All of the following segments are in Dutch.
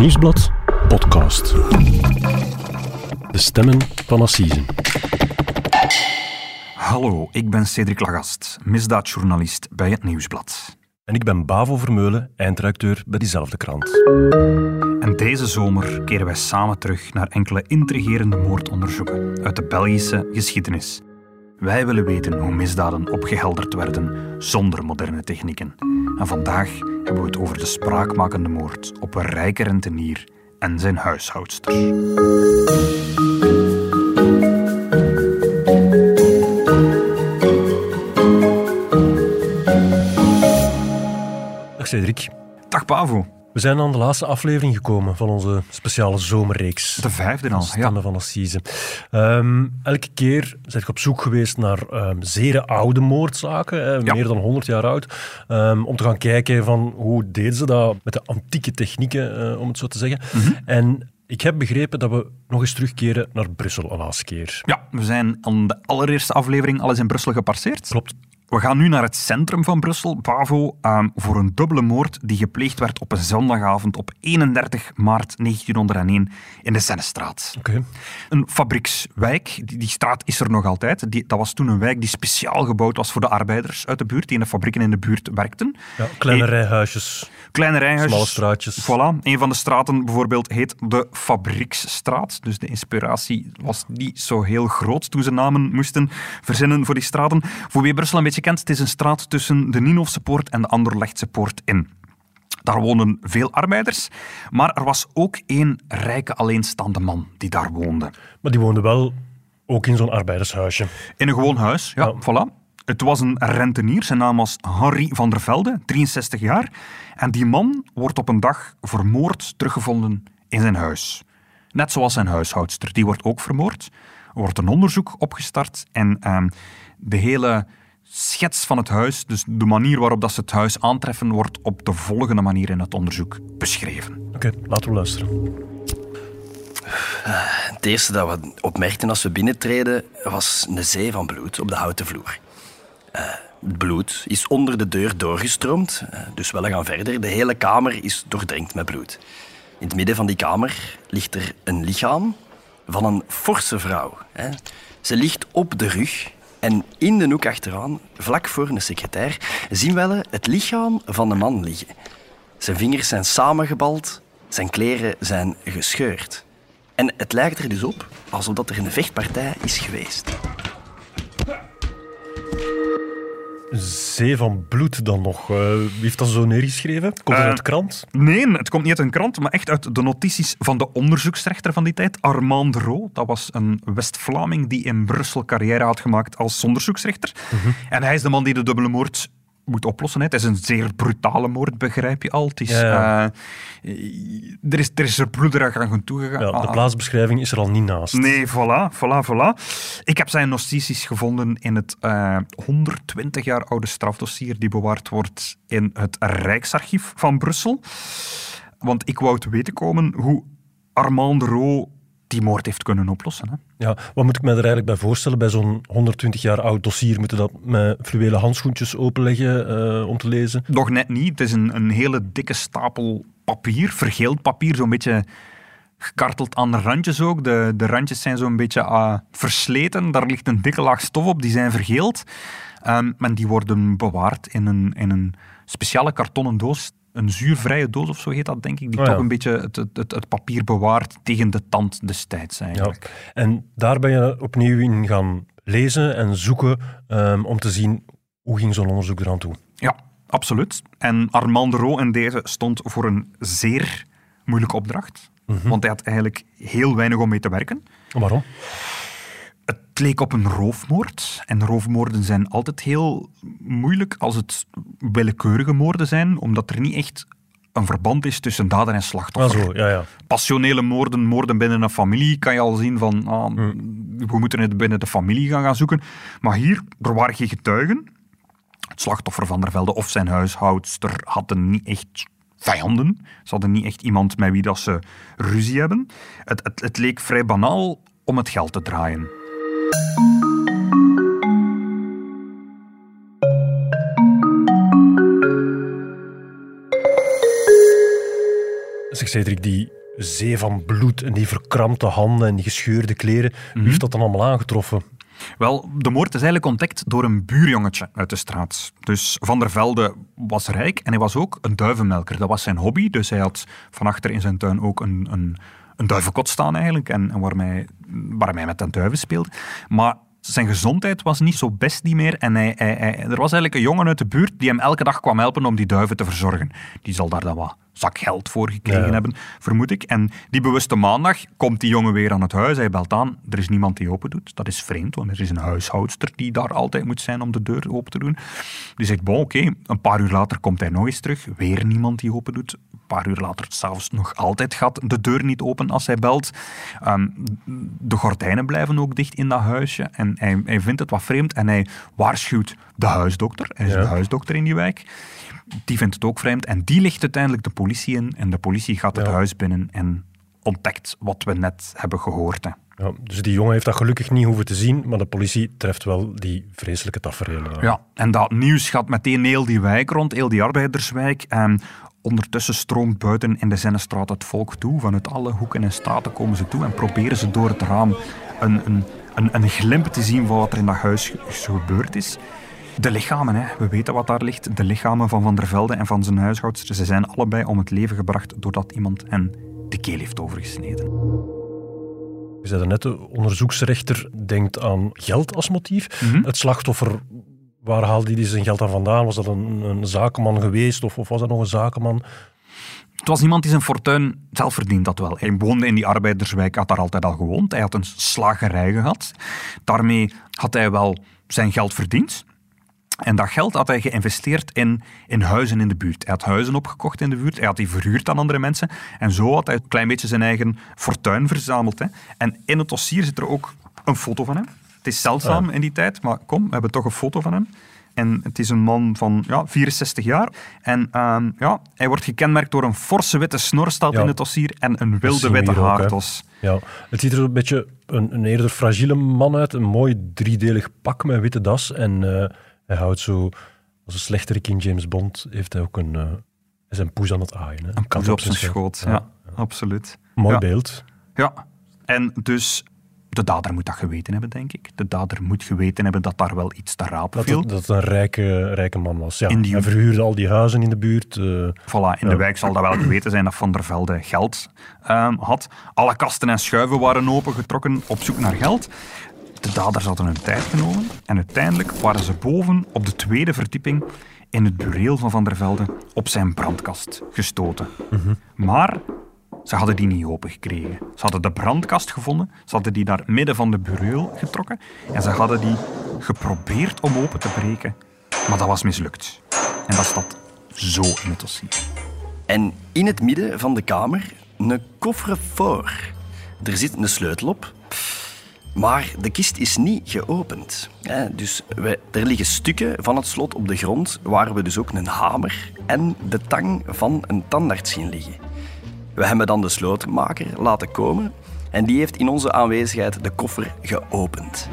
Nieuwsblad podcast. De stemmen van Assise. Hallo, ik ben Cédric Lagast, misdaadjournalist bij het Nieuwsblad. En ik ben Bavo Vermeulen, eindredacteur bij diezelfde krant. En deze zomer keren wij samen terug naar enkele intrigerende moordonderzoeken uit de Belgische geschiedenis. Wij willen weten hoe misdaden opgehelderd werden zonder moderne technieken. En vandaag hebben we het over de spraakmakende moord op een rijke rentenier en zijn huishoudster. Dag Cédric. Dag Pavo. We zijn aan de laatste aflevering gekomen van onze speciale zomerreeks. De 5e al, Stemmen van Assise. Elke keer ben ik op zoek geweest naar zeer oude moordzaken, meer dan 100 jaar oud, om te gaan kijken van hoe deden ze dat met de antieke technieken, om het zo te zeggen. Mm-hmm. En ik heb begrepen dat we nog eens terugkeren naar Brussel een laatste keer. Ja, we zijn aan de allereerste aflevering al eens in Brussel gepasseerd. Klopt. We gaan nu naar het centrum van Brussel, Pavo, voor een dubbele moord die gepleegd werd op een zondagavond op 31 maart 1901 in de Sennestraat. Okay. Een fabriekswijk, die straat is er nog altijd. Dat was toen een wijk die speciaal gebouwd was voor de arbeiders uit de buurt, die in de fabrieken in de buurt werkten. Ja, kleine rijhuisjes. Kleine rijhuisjes. Smalle straatjes. Voilà. Een van de straten bijvoorbeeld heet de Fabrieksstraat. Dus de inspiratie was niet zo heel groot toen ze namen moesten verzinnen voor die straten. Voor wie Brussel een beetje kent, het is een straat tussen de Ninhoofse Poort en de Anderlechtse Poort in. Daar woonden veel arbeiders, maar er was ook één rijke alleenstaande man die daar woonde. Maar die woonde wel ook in zo'n arbeidershuisje. In een gewoon huis, ja. Voilà. Het was een rentenier, zijn naam was Henri van der Velde, 63 jaar. En die man wordt op een dag vermoord teruggevonden in zijn huis. Net zoals zijn huishoudster, die wordt ook vermoord. Er wordt een onderzoek opgestart en de hele schets van het huis, dus de manier waarop dat ze het huis aantreffen, wordt op de volgende manier in het onderzoek beschreven. Oké, laten we luisteren. Het eerste dat we opmerkten als we binnentreden was een zee van bloed op de houten vloer. Het bloed is onder de deur doorgestroomd, dus we gaan verder. De hele kamer is doordrenkt met bloed. In het midden van die kamer ligt er een lichaam van een forse vrouw. Ze ligt op de rug en in de hoek achteraan, vlak voor een secretair, zien we het lichaam van een man liggen. Zijn vingers zijn samengebald, zijn kleren zijn gescheurd. En het lijkt er dus op alsof er een vechtpartij is geweest. Zee van bloed dan nog. Wie heeft dat zo neergeschreven? Komt het uit de krant? Nee, het komt niet uit een krant, maar echt uit de notities van de onderzoeksrechter van die tijd, Armand Roo. Dat was een West-Vlaming die in Brussel carrière had gemaakt als onderzoeksrechter. Mm-hmm. En hij is de man die de dubbele moord moet oplossen. Het is een zeer brutale moord, begrijp je al. Het is, er is er bloederig aan toegegaan. Ja, de plaatsbeschrijving is er al niet naast. Nee, voilà. Ik heb zijn notities gevonden in het 120 jaar oude strafdossier die bewaard wordt in het Rijksarchief van Brussel. Want ik wou te weten komen hoe Armand Roo die moord heeft kunnen oplossen. Hè? Ja, wat moet ik me er eigenlijk bij voorstellen? Bij zo'n 120 jaar oud dossier moeten dat met fluwelen handschoentjes openleggen om te lezen? Nog net niet. Het is een hele dikke stapel papier, vergeeld papier, zo'n beetje gekarteld aan de randjes ook. De randjes zijn zo'n beetje versleten. Daar ligt een dikke laag stof op, die zijn vergeeld. En die worden bewaard in een speciale kartonnen doos. Een zuurvrije doos of zo heet dat, denk ik, die toch een beetje het papier bewaart tegen de tand destijds eigenlijk. Ja. En daar ben je opnieuw in gaan lezen en zoeken om te zien hoe ging zo'n onderzoek eraan toe. Ja, absoluut. En Armand Roo in deze stond voor een zeer moeilijke opdracht. Mm-hmm. Want hij had eigenlijk heel weinig om mee te werken. Waarom? Het leek op een roofmoord. En roofmoorden zijn altijd heel moeilijk als het willekeurige moorden zijn, omdat er niet echt een verband is tussen dader en slachtoffer. Ah, zo, ja. Passionele moorden binnen een familie, kan je al zien van, we moeten het binnen de familie gaan zoeken. Maar hier, er waren geen getuigen. Het slachtoffer van der Velde of zijn huishoudster hadden niet echt vijanden. Ze hadden niet echt iemand met wie dat ze ruzie hebben. Het leek vrij banaal om het geld te draaien. Zeg Cedric, die zee van bloed en die verkrampte handen en die gescheurde kleren, wie heeft dat dan allemaal aangetroffen? Wel, de moord is eigenlijk ontdekt door een buurjongetje uit de straat. Dus Van der Velde was rijk en hij was ook een duivenmelker. Dat was zijn hobby, dus hij had van achter in zijn tuin ook een duivenkot staan eigenlijk, en waarmee hij met de duiven speelde. Maar zijn gezondheid was niet zo best niet meer en er was eigenlijk een jongen uit de buurt die hem elke dag kwam helpen om die duiven te verzorgen. Die zal daar dan wat zak geld voor gekregen hebben, vermoed ik. En die bewuste maandag komt die jongen weer aan het huis. Hij belt aan, er is niemand die open doet. Dat is vreemd, want er is een huishoudster die daar altijd moet zijn om de deur open te doen. Die zegt, oké. Een paar uur later komt hij nog eens terug. Weer niemand die open doet. Een paar uur later s'avonds nog altijd gaat de deur niet open als hij belt. De gordijnen blijven ook dicht in dat huisje. En hij vindt het wat vreemd en hij waarschuwt de huisdokter. Er is een huisdokter in die wijk. Die vindt het ook vreemd en die ligt uiteindelijk de politie in. En de politie gaat het huis binnen en ontdekt wat we net hebben gehoord. Hè. Ja, dus die jongen heeft dat gelukkig niet hoeven te zien, maar de politie treft wel die vreselijke taferelen. Ja, en dat nieuws gaat meteen heel die wijk rond, heel die arbeiderswijk. En ondertussen stroomt buiten in de Zennestraat het volk toe. Vanuit alle hoeken en staten komen ze toe en proberen ze door het raam een glimp te zien van wat er in dat huis gebeurd is. De lichamen, hè. We weten wat daar ligt. De lichamen van Van der Velde en van zijn huishoudster. Ze zijn allebei om het leven gebracht doordat iemand hen de keel heeft overgesneden. Je zei net, de onderzoeksrechter denkt aan geld als motief. Het slachtoffer, waar haalde hij zijn geld aan vandaan? Was dat een zakenman geweest of was dat nog een zakenman? Het was iemand die zijn fortuin zelf verdient had wel. Hij woonde in die arbeiderswijk, had daar altijd al gewoond. Hij had een slagerij gehad. Daarmee had hij wel zijn geld verdiend. En dat geld had hij geïnvesteerd in huizen in de buurt. Hij had huizen opgekocht in de buurt, hij had die verhuurd aan andere mensen. En zo had hij een klein beetje zijn eigen fortuin verzameld. Hè. En in het dossier zit er ook een foto van hem. Het is zeldzaam in die tijd, maar kom, we hebben toch een foto van hem. En het is een man van 64 jaar. En hij wordt gekenmerkt door een forse witte snor, staat in het dossier, en een wilde witte haardos. Ja, het ziet er een beetje een eerder fragiele man uit. Een mooi driedelig pak met witte das. En hij houdt zo, als een slechterik in James Bond, heeft hij ook zijn poes aan het aaien. Hè? Een poes op zijn schoot, ja, absoluut. Mooi beeld. Ja, en dus de dader moet dat geweten hebben, denk ik. De dader moet geweten hebben dat daar wel iets te rapen viel. Dat het een rijke man was. Ja. Hij verhuurde al die huizen in de buurt. Voilà, in de wijk zal dat wel geweten zijn dat Van der Velde geld had. Alle kasten en schuiven waren opengetrokken op zoek naar geld. De daders hadden hun tijd genomen en uiteindelijk waren ze boven op de tweede verdieping in het bureel van Van der Velde op zijn brandkast gestoten. Maar ze hadden die niet opengekregen. Ze hadden de brandkast gevonden, ze hadden die naar midden van de bureel getrokken en ze hadden die geprobeerd om open te breken, maar dat was mislukt. En dat staat zo in het dossier. En in het midden van de kamer een coffre-fort. Er zit een sleutel op. Maar de kist is niet geopend. Dus er liggen stukken van het slot op de grond, waar we dus ook een hamer en de tang van een tandarts zien liggen. We hebben dan de slotenmaker laten komen en die heeft in onze aanwezigheid de koffer geopend.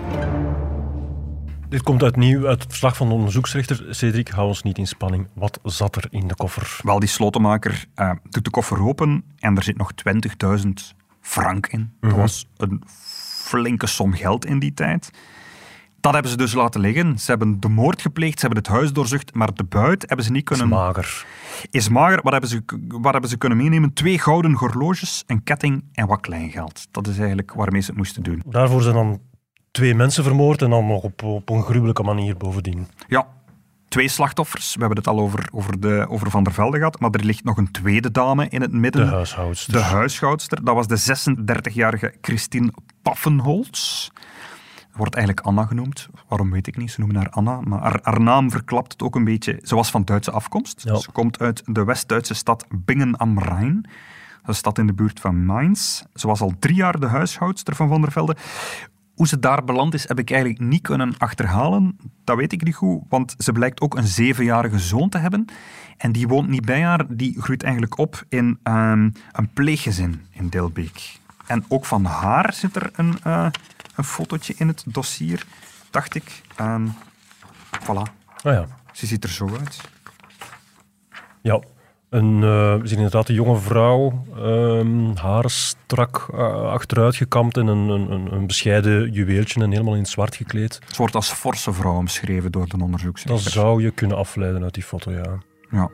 Dit komt uit het verslag van de onderzoeksrechter. Cedric, hou ons niet in spanning. Wat zat er in de koffer? Wel, die slotenmaker doet de koffer open en er zit nog 20.000 frank in. Dat was een flinke som geld in die tijd. Dat hebben ze dus laten liggen. Ze hebben de moord gepleegd, ze hebben het huis doorzocht, maar de buit hebben ze niet kunnen... Is mager. Wat hebben ze kunnen meenemen? 2 gouden horloges, een ketting en wat kleingeld. Dat is eigenlijk waarmee ze het moesten doen. Daarvoor zijn dan 2 mensen vermoord en dan nog op een gruwelijke manier bovendien. Ja, 2 slachtoffers. We hebben het al over Van der Velde gehad, maar er ligt nog een tweede dame in het midden. De huishoudster. Dat was de 36-jarige Christine Paffenholz. Wordt eigenlijk Anna genoemd. Waarom weet ik niet, ze noemen haar Anna. Maar haar naam verklapt het ook een beetje. Ze was van Duitse afkomst. Ja. Ze komt uit de West-Duitse stad Bingen am Rhein. Een stad in de buurt van Mainz. Ze was al 3 jaar de huishoudster van der Velde. Hoe ze daar beland is, heb ik eigenlijk niet kunnen achterhalen. Dat weet ik niet goed, want ze blijkt ook een 7-jarige zoon te hebben. En die woont niet bij haar. Die groeit eigenlijk op in een pleeggezin in Dilbeek. En ook van haar zit er een fotootje in het dossier, dacht ik. Voilà. Oh ja. Ze ziet er zo uit. Ja, We zien inderdaad een jonge vrouw, haren strak achteruit gekamd en een bescheiden juweeltje en helemaal in het zwart gekleed. Het wordt als forse vrouw omschreven door de onderzoeksrechter. Dat zou je kunnen afleiden uit die foto, ja. Ja.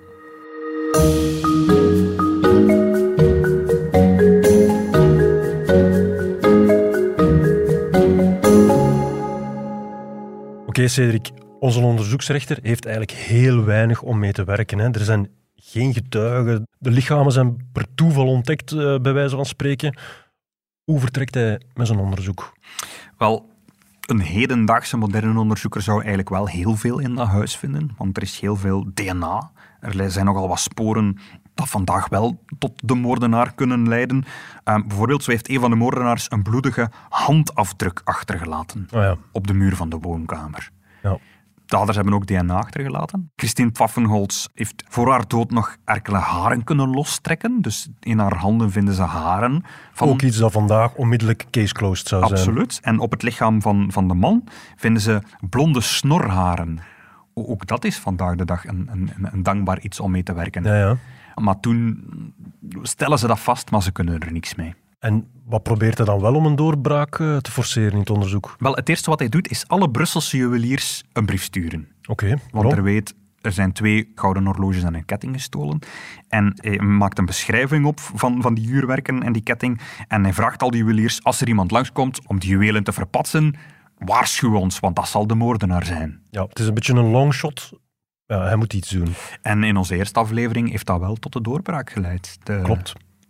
Oké, Cedric, onze onderzoeksrechter heeft eigenlijk heel weinig om mee te werken. Hè. Er zijn geen getuigen. De lichamen zijn per toeval ontdekt, bij wijze van spreken. Hoe vertrekt hij met zijn onderzoek? Wel, een hedendaagse moderne onderzoeker zou eigenlijk wel heel veel in dat huis vinden, want er is heel veel DNA. Er zijn nogal wat sporen dat vandaag wel tot de moordenaar kunnen leiden. Bijvoorbeeld, zo heeft een van de moordenaars een bloedige handafdruk achtergelaten op de muur van de woonkamer. Ja. Daders hebben ook DNA achtergelaten. Christine Pfaffenholz heeft voor haar dood nog enkele haren kunnen lostrekken. Dus in haar handen vinden ze haren. Ook iets dat vandaag onmiddellijk case closed zou zijn. Absoluut. En op het lichaam van de man vinden ze blonde snorharen. Ook dat is vandaag de dag een dankbaar iets om mee te werken. Ja. Maar toen stellen ze dat vast, maar ze kunnen er niks mee. En wat probeert hij dan wel om een doorbraak te forceren in het onderzoek? Wel, het eerste wat hij doet, is alle Brusselse juweliers een brief sturen. Oké, Want er zijn 2 gouden horloges en een ketting gestolen. En hij maakt een beschrijving op van die uurwerken en die ketting. En hij vraagt al die juweliers, als er iemand langskomt om die juwelen te verpatsen, waarschuw ons, want dat zal de moordenaar zijn. Ja, het is een beetje een longshot. Ja, hij moet iets doen. En in onze eerste aflevering heeft dat wel tot de doorbraak geleid. Klopt.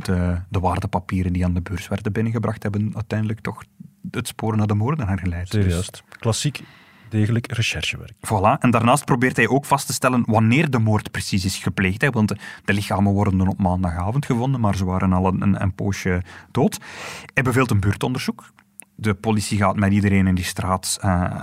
De waardepapieren die aan de beurs werden binnengebracht hebben uiteindelijk toch het spoor naar de moordenaar geleid. Serieus. Klassiek, degelijk recherchewerk. Voilà. En daarnaast probeert hij ook vast te stellen wanneer de moord precies is gepleegd. Hè? Want de lichamen worden dan op maandagavond gevonden, maar ze waren al een poosje dood. Hij beveelt een buurtonderzoek. De politie gaat met iedereen in die straat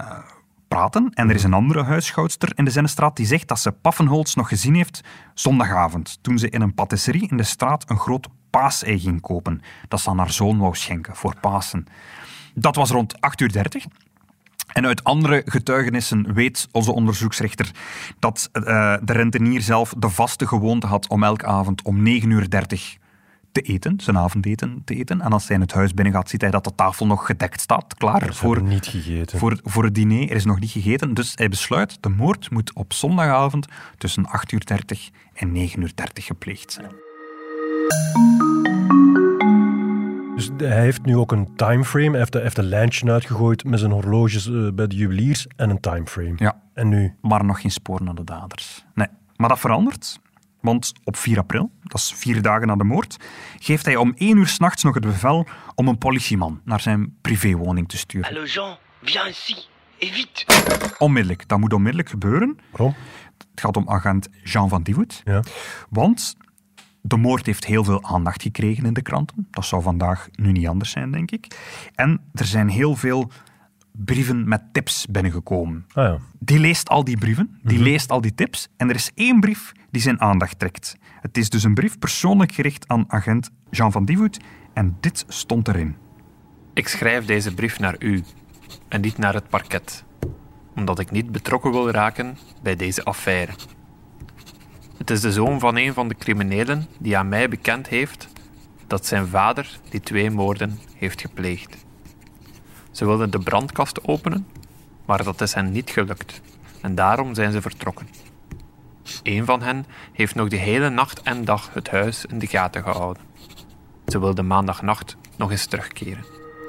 praten. En er is een andere huishoudster in de Zennestraat die zegt dat ze Pfaffenholz nog gezien heeft zondagavond, toen ze in een patisserie in de straat een groot paasei ging kopen, dat ze aan haar zoon wou schenken voor Pasen. Dat was rond 8:30 uur. En uit andere getuigenissen weet onze onderzoeksrechter dat de rentenier zelf de vaste gewoonte had om elke avond om 9:30 uur te eten, zijn avondeten te eten. En als hij in het huis binnengaat, ziet hij dat de tafel nog gedekt staat, klaar niet gegeten. Voor het diner. Er is nog niet gegeten, dus hij besluit, de moord moet op zondagavond tussen 8:30 en 9:30 gepleegd zijn. Dus hij heeft nu ook een timeframe. Hij heeft een lijntje uitgegooid met zijn horloges bij de juweliers en een timeframe. Ja. En nu? Maar nog geen spoor naar de daders. Nee. Maar dat verandert. Want op 4 april, dat is 4 dagen na de moord, geeft hij om 1 uur 's nachts nog het bevel om een politieman naar zijn privéwoning te sturen. Hallo Jean, viens ici, et vite. Onmiddellijk, dat moet onmiddellijk gebeuren. Waarom? Het gaat om agent Jean van Dievoet. Ja. Want de moord heeft heel veel aandacht gekregen in de kranten. Dat zou vandaag nu niet anders zijn, denk ik. En er zijn heel veel brieven met tips binnengekomen. Ah ja. Die leest al die brieven, die leest al die tips. En er is 1 brief die zijn aandacht trekt. Het is dus een brief persoonlijk gericht aan agent Jean van Dievoet. En dit stond erin. Ik schrijf deze brief naar u en niet naar het parket, omdat ik niet betrokken wil raken bij deze affaire. Het is de zoon van een van de criminelen die aan mij bekend heeft dat zijn vader die 2 moorden heeft gepleegd. Ze wilden de brandkast openen, maar dat is hen niet gelukt en daarom zijn ze vertrokken. Eén van hen heeft nog de hele nacht en dag het huis in de gaten gehouden. Ze wilden maandagnacht nog eens terugkeren.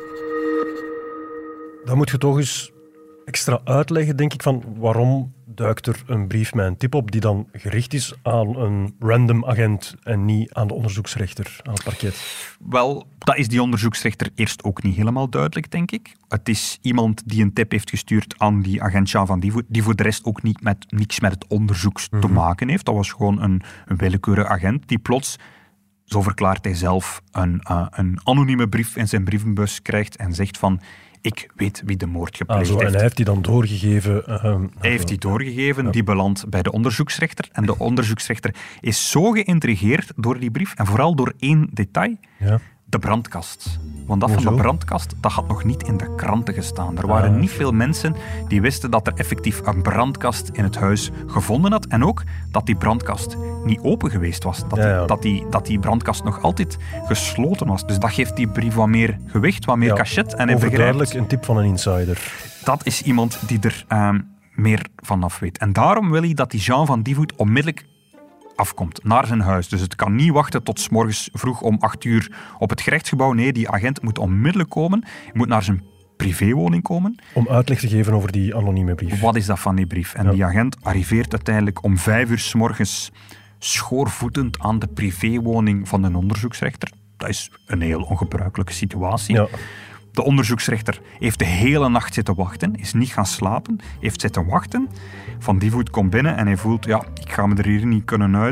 Dan moet je toch eens extra uitleggen, denk ik, van waarom duikt er een brief met een tip op die dan gericht is aan een random agent en niet aan de onderzoeksrechter, aan het parket? Wel, dat is die onderzoeksrechter eerst ook niet helemaal duidelijk, denk ik. Het is iemand die een tip heeft gestuurd aan die agent Jean van Dievoet, die voor de rest ook niks met het onderzoek te maken heeft. Dat was gewoon een willekeurige agent die plots, zo verklaart hij zelf, een anonieme brief in zijn brievenbus krijgt en zegt van: ik weet wie de moord gepleegd heeft. En hij heeft die dan doorgegeven? Hij heeft die doorgegeven, die belandt bij de onderzoeksrechter. En de onderzoeksrechter is zo geïntrigeerd door die brief, en vooral door 1 detail. Ja. de brandkast. Want dat van de brandkast, dat had nog niet in de kranten gestaan. Er waren niet veel mensen die wisten dat er effectief een brandkast in het huis gevonden had. En ook dat die brandkast niet open geweest was. Dat die brandkast nog altijd gesloten was. Dus dat geeft die brief wat meer gewicht, wat meer cachet. En overduidelijk een tip van een insider. Dat is iemand die er meer vanaf weet. En daarom wil hij dat die Jean van Dievoet onmiddellijk afkomt naar zijn huis. Dus het kan niet wachten tot 's morgens vroeg om 8 uur op het gerechtsgebouw. Nee, die agent moet onmiddellijk komen. Hij moet naar zijn privéwoning komen. Om uitleg te geven over die anonieme brief. Wat is dat van die brief? En die agent arriveert uiteindelijk om 5 uur 's morgens schoorvoetend aan de privéwoning van een onderzoeksrechter. Dat is een heel ongebruikelijke situatie. Ja. De onderzoeksrechter heeft de hele nacht zitten wachten, is niet gaan slapen, heeft zitten wachten. Van Dievoet komt binnen en hij voelt, ik ga me er hier niet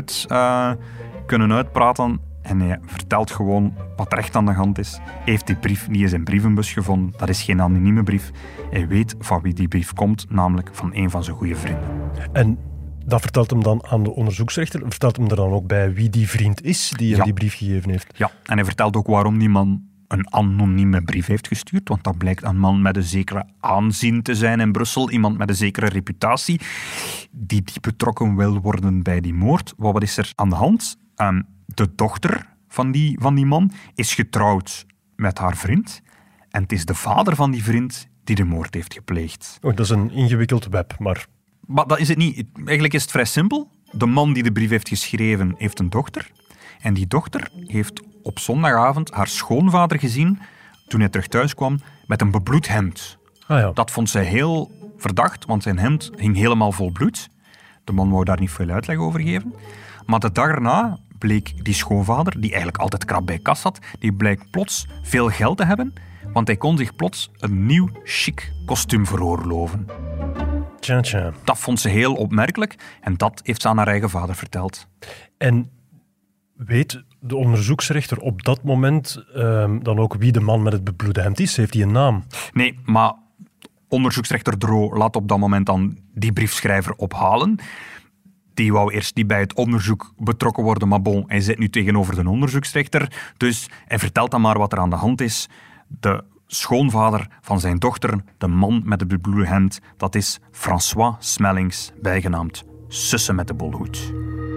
kunnen uitpraten. En hij vertelt gewoon wat er echt aan de hand is. Hij heeft die brief niet in zijn brievenbus gevonden. Dat is geen anonieme brief. Hij weet van wie die brief komt, namelijk van een van zijn goede vrienden. En dat vertelt hem dan aan de onderzoeksrechter. Vertelt hem er dan ook bij wie die vriend is die hem die brief gegeven heeft? Ja, en hij vertelt ook waarom die man een anonieme brief heeft gestuurd, want dat blijkt een man met een zekere aanzien te zijn in Brussel, iemand met een zekere reputatie, die betrokken wil worden bij die moord. Wat is er aan de hand? De dochter van die man is getrouwd met haar vriend en het is de vader van die vriend die de moord heeft gepleegd. Dat is een ingewikkeld web, maar dat is het niet. Eigenlijk is het vrij simpel. De man die de brief heeft geschreven, heeft een dochter. En die dochter heeft op zondagavond haar schoonvader gezien toen hij terug thuis kwam met een bebloed hemd. Dat vond zij heel verdacht, want zijn hemd hing helemaal vol bloed. De man wou daar niet veel uitleg over geven. Maar de dag erna bleek die schoonvader, die eigenlijk altijd krap bij kas had, die bleek plots veel geld te hebben, want hij kon zich plots een nieuw chic kostuum veroorloven. Tja. Dat vond ze heel opmerkelijk en dat heeft ze aan haar eigen vader verteld. En weet de onderzoeksrechter op dat moment dan ook wie de man met het bebloede hemd is? Heeft hij een naam? Nee, maar onderzoeksrechter Dro laat op dat moment dan die briefschrijver ophalen. Die wou eerst niet bij het onderzoek betrokken worden, maar bon, hij zit nu tegenover de onderzoeksrechter. Dus hij vertelt dan maar wat er aan de hand is. De schoonvader van zijn dochter, de man met het bebloede hemd, dat is François Smellings, bijgenaamd Susse met de bolhoed.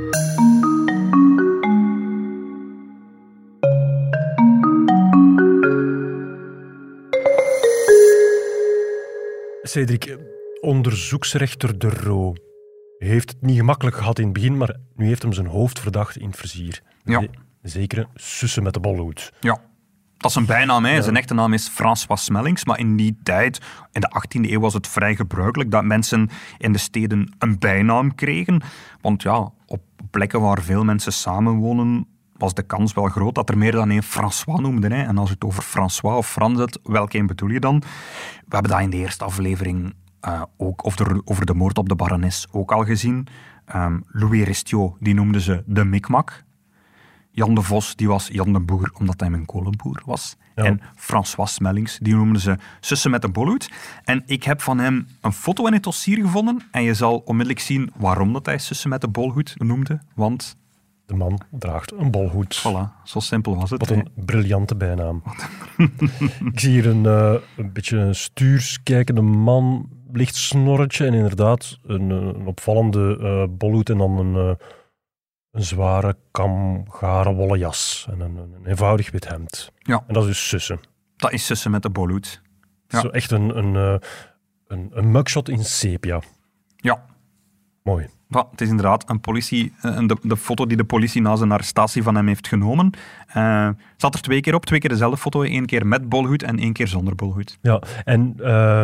Cedric, onderzoeksrechter De Roo heeft het niet gemakkelijk gehad in het begin, maar nu heeft hem zijn hoofdverdachte in het vizier. Ja. Zekere Susse met de bolhoed. Ja. Dat is een bijnaam. Ja. Zijn echte naam is François Smellings, maar in die tijd, in de 18e eeuw, was het vrij gebruikelijk dat mensen in de steden een bijnaam kregen. Want op plekken waar veel mensen samenwonen, was de kans wel groot dat er meer dan één François noemden. Hè. En als het over François of Frans hebt, welke een bedoel je dan? We hebben dat in de eerste aflevering ook over de moord op de barones ook al gezien. Louis Restiaux, die noemden ze de Micmac. Jan de Vos, die was Jan de Boer, omdat hij een kolenboer was. Ja. En François Smellings, die noemden ze Susse met de bolhoed. En ik heb van hem een foto in het dossier gevonden. En je zal onmiddellijk zien waarom dat hij Susse met de bolhoed noemde. Want de man draagt een bolhoed. Voilà, zo simpel was het. Wat een briljante bijnaam. Ik zie hier een beetje een stuurs kijkende man, licht snorretje en inderdaad een opvallende bolhoed en dan een zware kamgaren wollen jas en een eenvoudig wit hemd. Ja. En dat is dus Susse. Dat is Susse met de bolhoed. Ja. Zo echt een mugshot in sepia. Ja. Mooi. Ja, het is inderdaad een de foto die de politie na zijn arrestatie van hem heeft genomen. Zat er 2 keer op, 2 keer dezelfde foto. 1 keer met bolhoed en 1 keer zonder bolhoed. Ja, en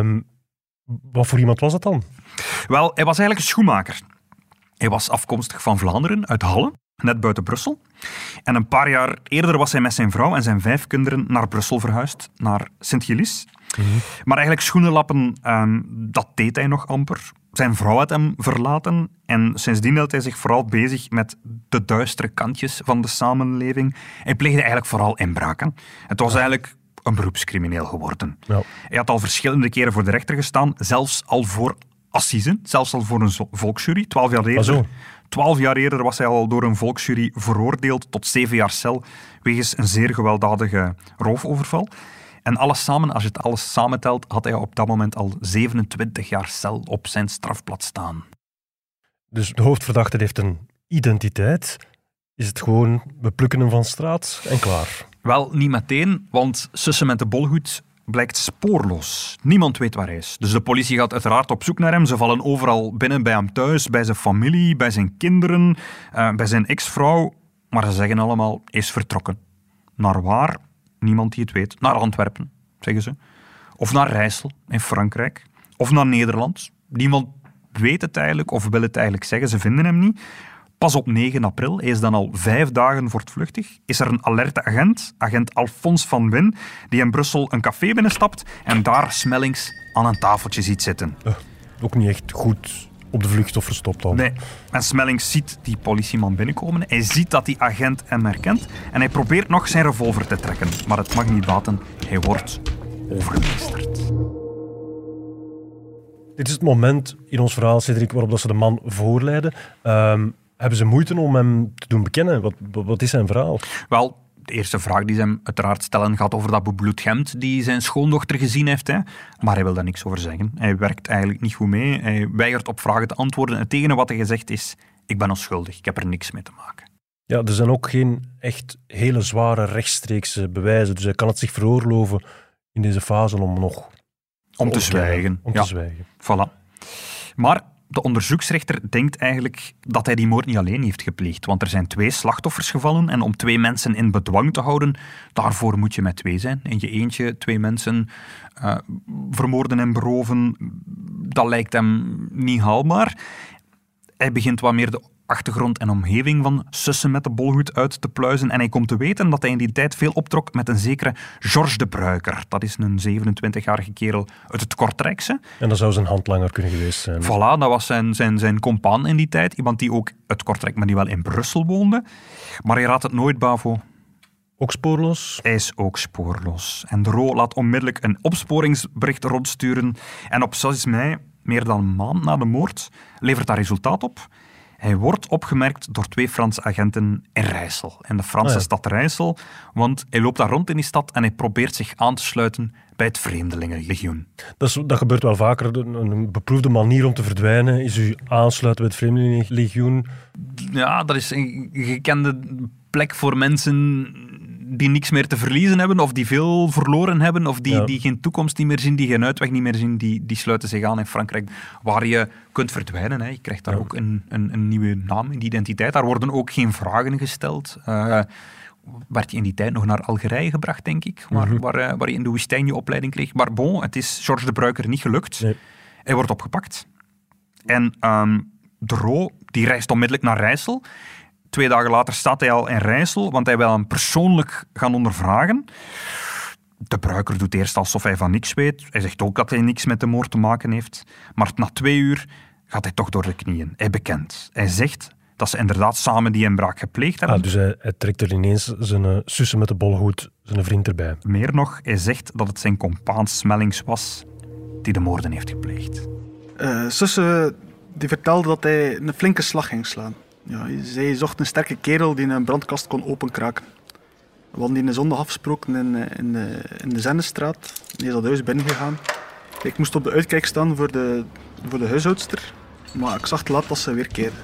wat voor iemand was dat dan? Wel, hij was eigenlijk een schoenmaker. Hij was afkomstig van Vlaanderen, uit Halle, net buiten Brussel. En een paar jaar eerder was hij met zijn vrouw en zijn 5 kinderen naar Brussel verhuisd, naar Sint-Gilles. Mm-hmm. Maar eigenlijk schoenenlappen, dat deed hij nog amper. Zijn vrouw had hem verlaten en sindsdien hield hij zich vooral bezig met de duistere kantjes van de samenleving. Hij pleegde eigenlijk vooral inbraken. Het was eigenlijk een beroepscrimineel geworden. Ja. Hij had al verschillende keren voor de rechter gestaan, zelfs al voor assisen, zelfs al voor een volksjury, 12 12 jaar eerder was hij al door een volksjury veroordeeld tot 7 jaar cel wegens een zeer gewelddadige roofoverval. En alles samen, als je het alles samentelt, had hij op dat moment al 27 jaar cel op zijn strafblad staan. Dus de hoofdverdachte heeft een identiteit. Is het gewoon, we plukken hem van straat en klaar? Wel, niet meteen, want Susse met de Bolhoed blijkt spoorloos. Niemand weet waar hij is. Dus de politie gaat uiteraard op zoek naar hem. Ze vallen overal binnen bij hem thuis, bij zijn familie, bij zijn kinderen, bij zijn ex-vrouw. Maar ze zeggen allemaal, hij is vertrokken. Naar waar? Niemand die het weet. Naar Antwerpen, zeggen ze. Of naar Rijssel in Frankrijk. Of naar Nederland. Niemand weet het eigenlijk of wil het eigenlijk zeggen. Ze vinden hem niet. Pas op 9 april, hij is dan al 5 dagen voortvluchtig, is er een alerte agent, agent Alphonse van Win, die in Brussel een café binnenstapt en daar Smellings aan een tafeltje ziet zitten. Ook niet echt goed op de vlucht of verstopt al. Nee, en Smellings ziet die politieman binnenkomen. Hij ziet dat die agent hem herkent en hij probeert nog zijn revolver te trekken. Maar het mag niet baten, hij wordt overmeesterd. Dit is het moment in ons verhaal, Cedric, waarop dat ze de man voorleiden. Hebben ze moeite om hem te doen bekennen? Wat is zijn verhaal? Wel, de eerste vraag die ze hem uiteraard stellen gaat over dat bebloed hemd die zijn schoondochter gezien heeft. Hè. Maar hij wil daar niks over zeggen. Hij werkt eigenlijk niet goed mee. Hij weigert op vragen te antwoorden. Het enige wat hij gezegd is, ik ben onschuldig. Ik heb er niks mee te maken. Ja, er zijn ook geen echt hele zware rechtstreekse bewijzen. Dus hij kan het zich veroorloven in deze fase om nog... Om te zwijgen. Te zwijgen. Voilà. Maar de onderzoeksrechter denkt eigenlijk dat hij die moord niet alleen heeft gepleegd. Want er zijn 2 slachtoffers gevallen en om 2 mensen in bedwang te houden, daarvoor moet je met 2 zijn. In je eentje 2 mensen vermoorden en beroven, dat lijkt hem niet haalbaar. Hij begint wat meer de achtergrond en omgeving van Susse met de Bolhoed uit te pluizen en hij komt te weten dat hij in die tijd veel optrok met een zekere Georges de Bruycker. Dat is een 27-jarige kerel uit het Kortrijkse. En dat zou zijn handlanger kunnen geweest zijn. Voilà, dat was zijn compaan in die tijd. Iemand die ook uit Kortrijk, maar die wel in Brussel woonde. Maar hij raadt het nooit, Bavo. Ook spoorloos? Hij is ook spoorloos. En de Ro laat onmiddellijk een opsporingsbericht rondsturen. En op 6 mei, meer dan een maand na de moord, levert dat resultaat op. Hij wordt opgemerkt door 2 Franse agenten in Rijssel, in de Franse stad Rijssel, want hij loopt daar rond in die stad en hij probeert zich aan te sluiten bij het Vreemdelingenlegioen. Dat gebeurt wel vaker. Een beproefde manier om te verdwijnen is u aansluiten bij het Vreemdelingenlegioen. Ja, dat is een gekende plek voor mensen die niks meer te verliezen hebben, of die veel verloren hebben, of die geen toekomst niet meer zien, die geen uitweg niet meer zien, die sluiten zich aan in Frankrijk, waar je kunt verdwijnen. Hè. Je krijgt daar ook een nieuwe naam, een identiteit. Daar worden ook geen vragen gesteld. Werd je in die tijd nog naar Algerije gebracht, denk ik, waar je in de woestijn je opleiding kreeg. Maar bon, het is Georges de Bruycker niet gelukt. Nee. Hij wordt opgepakt. En de Ro, die reist onmiddellijk naar Rijssel. 2 dagen later staat hij al in Rijssel, want hij wil hem persoonlijk gaan ondervragen. De Bruycker doet eerst alsof hij van niks weet. Hij zegt ook dat hij niks met de moord te maken heeft. Maar na 2 uur gaat hij toch door de knieën. Hij bekent. Hij zegt dat ze inderdaad samen die inbraak gepleegd hebben. Dus hij trekt er ineens zijn Susse met de Bolhoed, zijn vriend erbij. Meer nog, hij zegt dat het zijn compaan Smellings was die de moorden heeft gepleegd. Susse die vertelde dat hij een flinke slag ging slaan. Ja, zij zocht een sterke kerel die een brandkast kon openkraken. We hadden die een zondag afgesproken in de Zennestraat. Die is dat huis binnengegaan. Ik moest op de uitkijk staan voor de huishoudster, maar ik zag te laat dat ze weer keerde.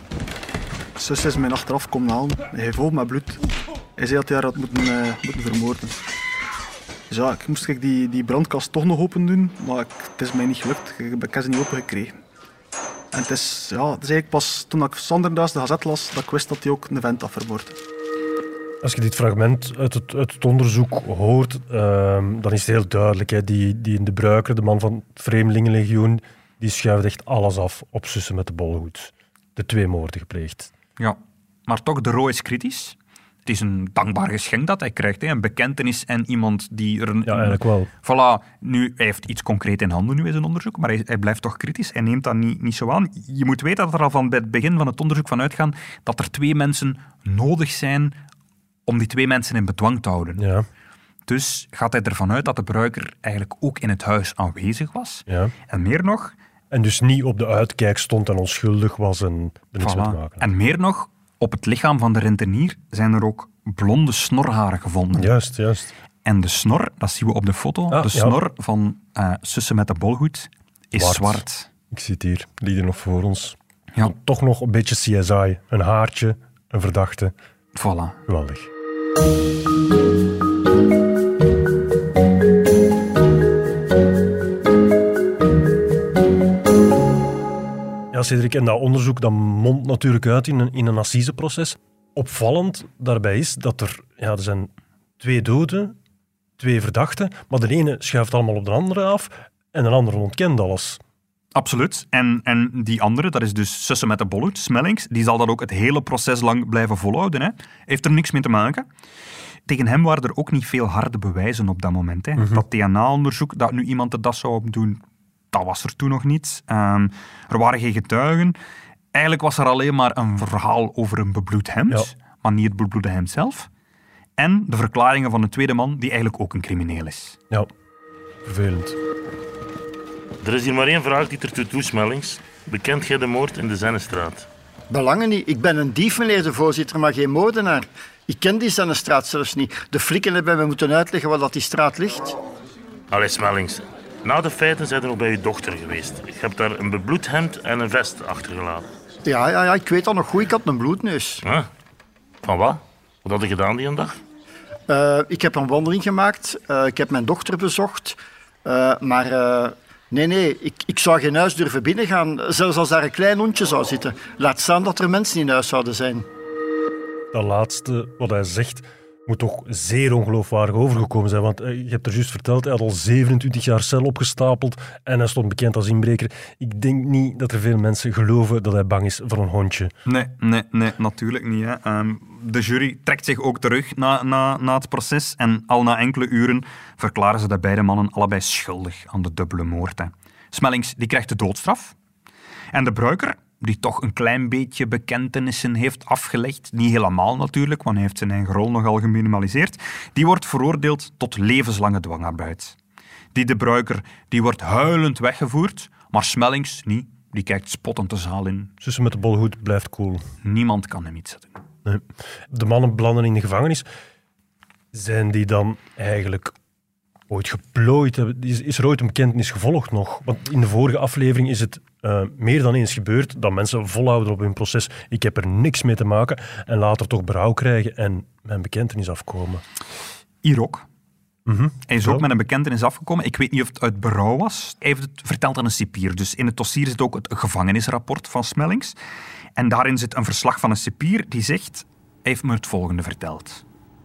Zus is mij achteraf komen halen. Hij vol met bloed. Hij zei dat hij haar had moeten vermoorden. Dus ja, ik moest die brandkast toch nog open doen, maar het is mij niet gelukt. Ik heb ze niet open gekregen. En het is eigenlijk pas toen ik Sanderdaas de Gazette las, dat ik wist dat hij ook een vent had vermoord. Als je dit fragment uit het onderzoek hoort, dan is het heel duidelijk. Hè? Die in de Bruycker, de man van het Vreemdelingenlegioen, die schuift echt alles af op Susse met de Bolhoed. De 2 moorden gepleegd. Ja, maar toch, de Ro is kritisch. Het is een dankbaar geschenk dat hij krijgt. Hè? Een bekentenis en iemand die er... Ja, eigenlijk wel. Voilà, nu, hij heeft iets concreet in handen nu in zijn onderzoek, maar hij blijft toch kritisch. Hij neemt dat niet zo aan. Je moet weten dat er al van bij het begin van het onderzoek van uitgaan dat er 2 mensen nodig zijn om die 2 mensen in bedwang te houden. Ja. Dus gaat hij ervan uit dat de Bruycker eigenlijk ook in het huis aanwezig was. Ja. En meer nog, En dus niet op de uitkijk stond en onschuldig was en er niks mee te maken had. En meer nog, op het lichaam van de rentenier zijn er ook blonde snorharen gevonden. Juist. En de snor, dat zien we op de foto, de snor van Susse met de bolhoed is zwart. Ik zie het hier, ligt er nog voor ons. Ja. Toch nog een beetje CSI. Een haartje, een verdachte. Voilà. Geweldig. Ja, Cedric, en dat onderzoek dat mondt natuurlijk uit in een assiseproces. Opvallend daarbij is dat er zijn 2 doden, 2 verdachten, maar de ene schuift allemaal op de andere af en de andere ontkent alles. Absoluut. En die andere, dat is dus Susse met de bolhoed, Smellings, die zal dat ook het hele proces lang blijven volhouden. Hè. Heeft er niks mee te maken. Tegen hem waren er ook niet veel harde bewijzen op dat moment. Hè. Dat DNA-onderzoek, dat nu iemand de das zou doen, dat was er toen nog niet. Er waren geen getuigen. Eigenlijk was er alleen maar een verhaal over een bebloed hemd, maar niet het bebloede hemd zelf. En de verklaringen van een tweede man, die eigenlijk ook een crimineel is. Ja, vervelend. Er is hier maar 1 vraag die ertoe toe, Smellings. Bekent jij de moord in de Zennestraat? Belangen niet. Ik ben een dief, meneer de voorzitter, maar geen moordenaar. Ik ken die Zennestraat zelfs niet. De flikken hebben me moeten uitleggen waar dat die straat ligt. Allee, Smellings. Na de feiten zijn er nog bij uw dochter geweest. Je hebt daar een bebloed hemd en een vest achtergelaten. Ja, ik weet dat nog goed. Ik had een bloedneus. Huh? Van wat? Wat had je gedaan die dag? Ik heb een wandeling gemaakt. Ik heb mijn dochter bezocht. Nee, ik zou geen huis durven binnengaan. Zelfs als daar een klein hondje zou zitten. Laat staan dat er mensen in huis zouden zijn. Dat laatste, wat hij zegt, moet toch zeer ongeloofwaardig overgekomen zijn. Want je hebt er juist verteld, hij had al 27 jaar cel opgestapeld en hij stond bekend als inbreker. Ik denk niet dat er veel mensen geloven dat hij bang is voor een hondje. Nee, natuurlijk niet. Hè. De jury trekt zich ook terug na het proces en al na enkele uren verklaren ze de beide mannen allebei schuldig aan de dubbele moord. Hè. Smellings die krijgt de doodstraf. En de bruiker, die toch een klein beetje bekentenissen heeft afgelegd, niet helemaal natuurlijk, want hij heeft zijn eigen rol nogal geminimaliseerd, die wordt veroordeeld tot levenslange dwangarbeid. Die de bruiker die wordt huilend weggevoerd, maar Smellings niet. Die kijkt spottend de zaal in. Susse met de bolhoed blijft cool. Niemand kan hem iets doen. Nee. De mannen belanden in de gevangenis. Zijn die dan eigenlijk ooit geplooid? Is er ooit een bekentenis gevolgd nog? Want in de vorige aflevering is het meer dan eens gebeurd dat mensen volhouden op hun proces. Ik heb er niks mee te maken en later toch berouw krijgen en mijn bekentenis afkomen. Hier ook. Mm-hmm. Hij is ook met een bekentenis afgekomen. Ik weet niet of het uit berouw was. Hij heeft het verteld aan een cipier. Dus in het dossier zit ook het gevangenisrapport van Smellings. En daarin zit een verslag van een cipier die zegt... Hij heeft me het volgende verteld.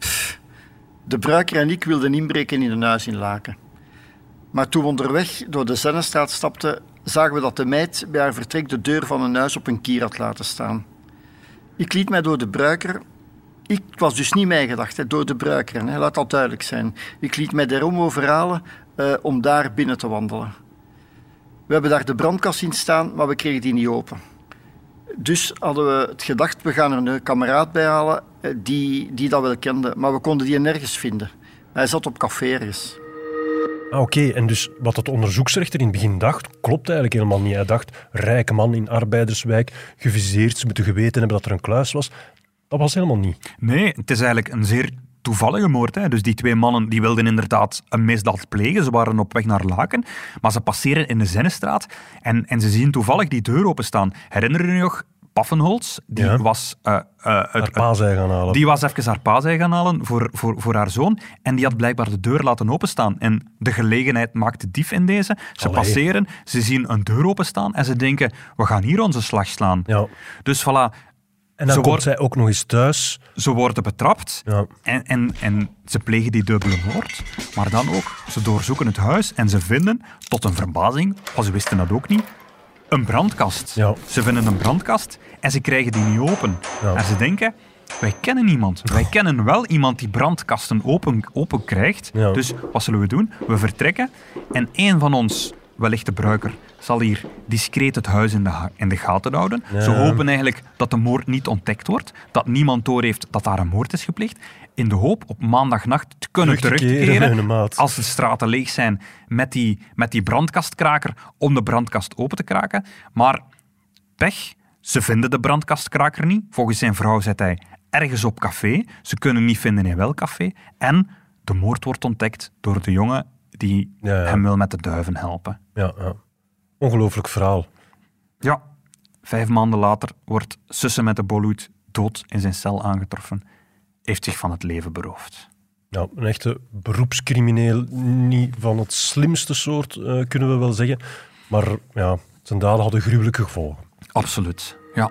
De bruiker en ik wilden inbreken in een huis in Laken. Maar toen we onderweg door de Zennestraat stapten, zagen we dat de meid bij haar vertrek de deur van een huis op een kier had laten staan. Ik liet mij door de bruiker... Ik was dus niet mijn gedachte, door de bruiker, hè, laat dat duidelijk zijn. Ik liet mij daarom overhalen om daar binnen te wandelen. We hebben daar de brandkast in staan, maar we kregen die niet open. Dus hadden we het gedacht, we gaan er een kameraad bij halen die dat wel kende. Maar we konden die nergens vinden. Hij zat op café ergens. Oké, en dus wat het onderzoeksrechter in het begin dacht, klopt eigenlijk helemaal niet. Hij dacht, rijke man in arbeiderswijk, geviseerd, ze moeten geweten hebben dat er een kluis was. Dat was helemaal niet. Nee, het is eigenlijk een zeer toevallige moord. Hè. Dus die 2 mannen die wilden inderdaad een misdaad plegen. Ze waren op weg naar Laken, maar ze passeren in de Zennestraat en ze zien toevallig die deur openstaan. Herinner je nog? Paffenholz, die was... haar paasei gaan halen. Die was even haar paasei gaan halen voor haar zoon. En die had blijkbaar de deur laten openstaan. En de gelegenheid maakt de dief in deze. Ze passeren, ze zien een deur openstaan en ze denken, we gaan hier onze slag slaan. Ja. Dus voilà... En dan komt zij ook nog eens thuis. Ze worden betrapt en ze plegen die dubbele moord. Maar dan ook, ze doorzoeken het huis en ze vinden, tot een verbazing, want ze wisten dat ook niet, een brandkast. Ja. Ze vinden een brandkast en ze krijgen die niet open. Ja. En ze denken, wij kennen iemand. Wij kennen wel iemand die brandkasten open krijgt. Ja. Dus wat zullen we doen? We vertrekken en een van ons wellicht de bruiker zal hier discreet het huis in de gaten houden. Ja. Ze hopen eigenlijk dat de moord niet ontdekt wordt, dat niemand doorheeft dat daar een moord is gepleegd, in de hoop op maandagnacht te kunnen Terug te keren, terugkeren maat. als de straten leeg zijn met die brandkastkraker om de brandkast open te kraken. Maar pech, ze vinden de brandkastkraker niet. Volgens zijn vrouw zit hij ergens op café. Ze kunnen niet vinden in welk café. En de moord wordt ontdekt door de jongen die hem wil met de duiven helpen. Ja. Ongelooflijk verhaal. Ja, 5 maanden later wordt Susse met de bolhoed dood in zijn cel aangetroffen. Heeft zich van het leven beroofd. Ja, een echte beroepscrimineel, niet van het slimste soort, kunnen we wel zeggen. Maar ja, zijn daden hadden gruwelijke gevolgen. Absoluut, ja.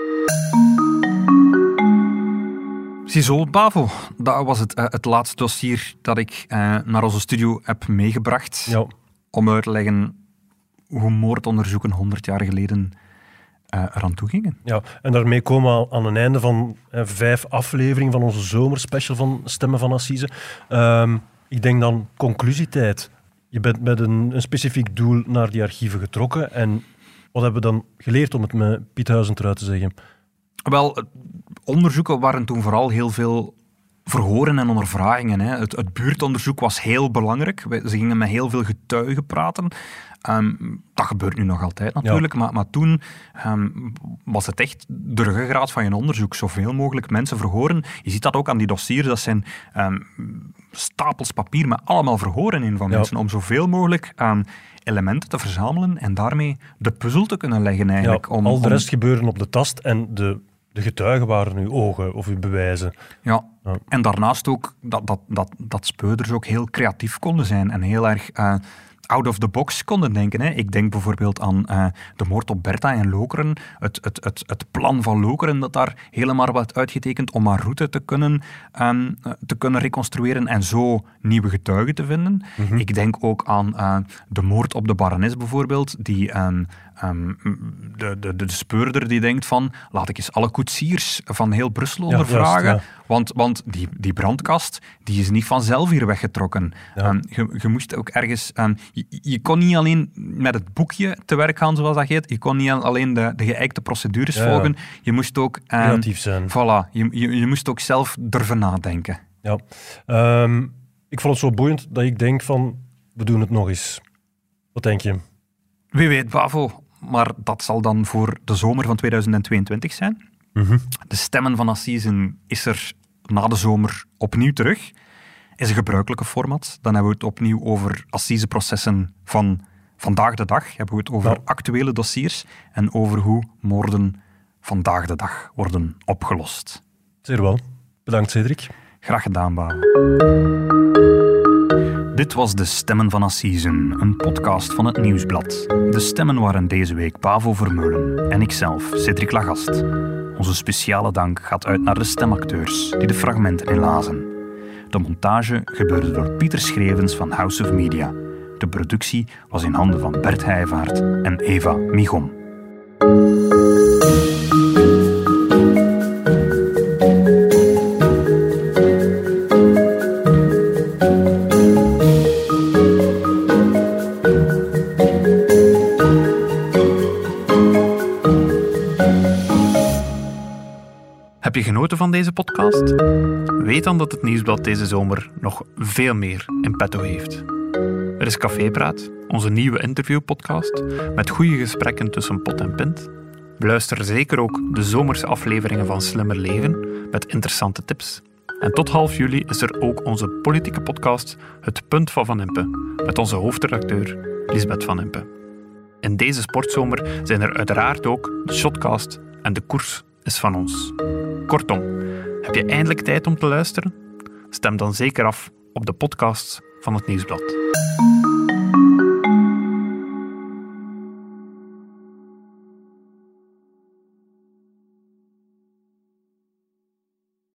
Ziezo, Bavo, dat was het laatste dossier dat ik naar onze studio heb meegebracht. Ja. Om uit te leggen hoe moordonderzoeken 100 jaar geleden eraan toe gingen. Ja, en daarmee komen we aan een einde van 5 afleveringen van onze zomerspecial van Stemmen van Assise. Ik denk dan conclusietijd. Je bent met een specifiek doel naar die archieven getrokken. En wat hebben we dan geleerd, om het met Piet Huizentruid te zeggen? Wel, onderzoeken waren toen vooral heel veel verhoren en ondervragingen. Hè. Het buurtonderzoek was heel belangrijk. Ze gingen met heel veel getuigen praten. Dat gebeurt nu nog altijd natuurlijk, maar toen was het echt de ruggengraat van je onderzoek. Zoveel mogelijk mensen verhoren. Je ziet dat ook aan die dossiers. Dat zijn stapels papier met allemaal verhoren in van mensen. Om zoveel mogelijk elementen te verzamelen en daarmee de puzzel te kunnen leggen eigenlijk. Ja, al de rest gebeurde op de tast en de getuigen waren uw ogen of uw bewijzen. Ja, en daarnaast ook dat speurders ook heel creatief konden zijn en heel erg out of the box konden denken. Hè. Ik denk bijvoorbeeld aan de moord op Bertha en Lokeren. Het plan van Lokeren dat daar helemaal werd uitgetekend om haar route te kunnen reconstrueren en zo nieuwe getuigen te vinden. Mm-hmm. Ik denk ook aan de moord op de barones bijvoorbeeld, die de speurder die denkt van, laat ik eens alle koetsiers van heel Brussel ondervragen, juist, want die brandkast die is niet vanzelf hier weggetrokken. Ja. Je moest ook ergens... Je kon niet alleen met het boekje te werk gaan, zoals dat heet. Je kon niet alleen de geëikte procedures volgen. Je moest ook... creatief zijn. Voilà. Je moest ook zelf durven nadenken. Ja. Ik vond het zo boeiend dat ik denk van, we doen het nog eens. Wat denk je? Wie weet, Bavo. Maar dat zal dan voor de zomer van 2022 zijn. Mm-hmm. De Stemmen van Assisen is er na de zomer opnieuw terug. Is een gebruikelijke format. Dan hebben we het opnieuw over assiseprocessen van vandaag de dag. Hebben we het over actuele dossiers en over hoe moorden vandaag de dag worden opgelost. Zeer wel. Bedankt, Cedric. Graag gedaan, Bavo. Dit was De Stemmen van Assisen, een podcast van het Nieuwsblad. De stemmen waren deze week Bavo Vermeulen en ikzelf, Cedric Lagast. Onze speciale dank gaat uit naar de stemacteurs die de fragmenten inlazen. De montage gebeurde door Pieter Schrevens van House of Media. De productie was in handen van Bert Heijvaart en Eva Michom. Heb je genoten van deze podcast? Weet dan dat het Nieuwsblad deze zomer nog veel meer in petto heeft. Er is Cafépraat, onze nieuwe interviewpodcast, met goede gesprekken tussen pot en pint. Beluister zeker ook de zomerse afleveringen van Slimmer Leven, met interessante tips. En tot half juli is er ook onze politieke podcast Het Punt van Van Impe, met onze hoofdredacteur Lisbeth Van Impe. In deze sportzomer zijn er uiteraard ook de Shotcast en de Koers is van ons. Kortom, heb je eindelijk tijd om te luisteren? Stem dan zeker af op de podcasts van het Nieuwsblad.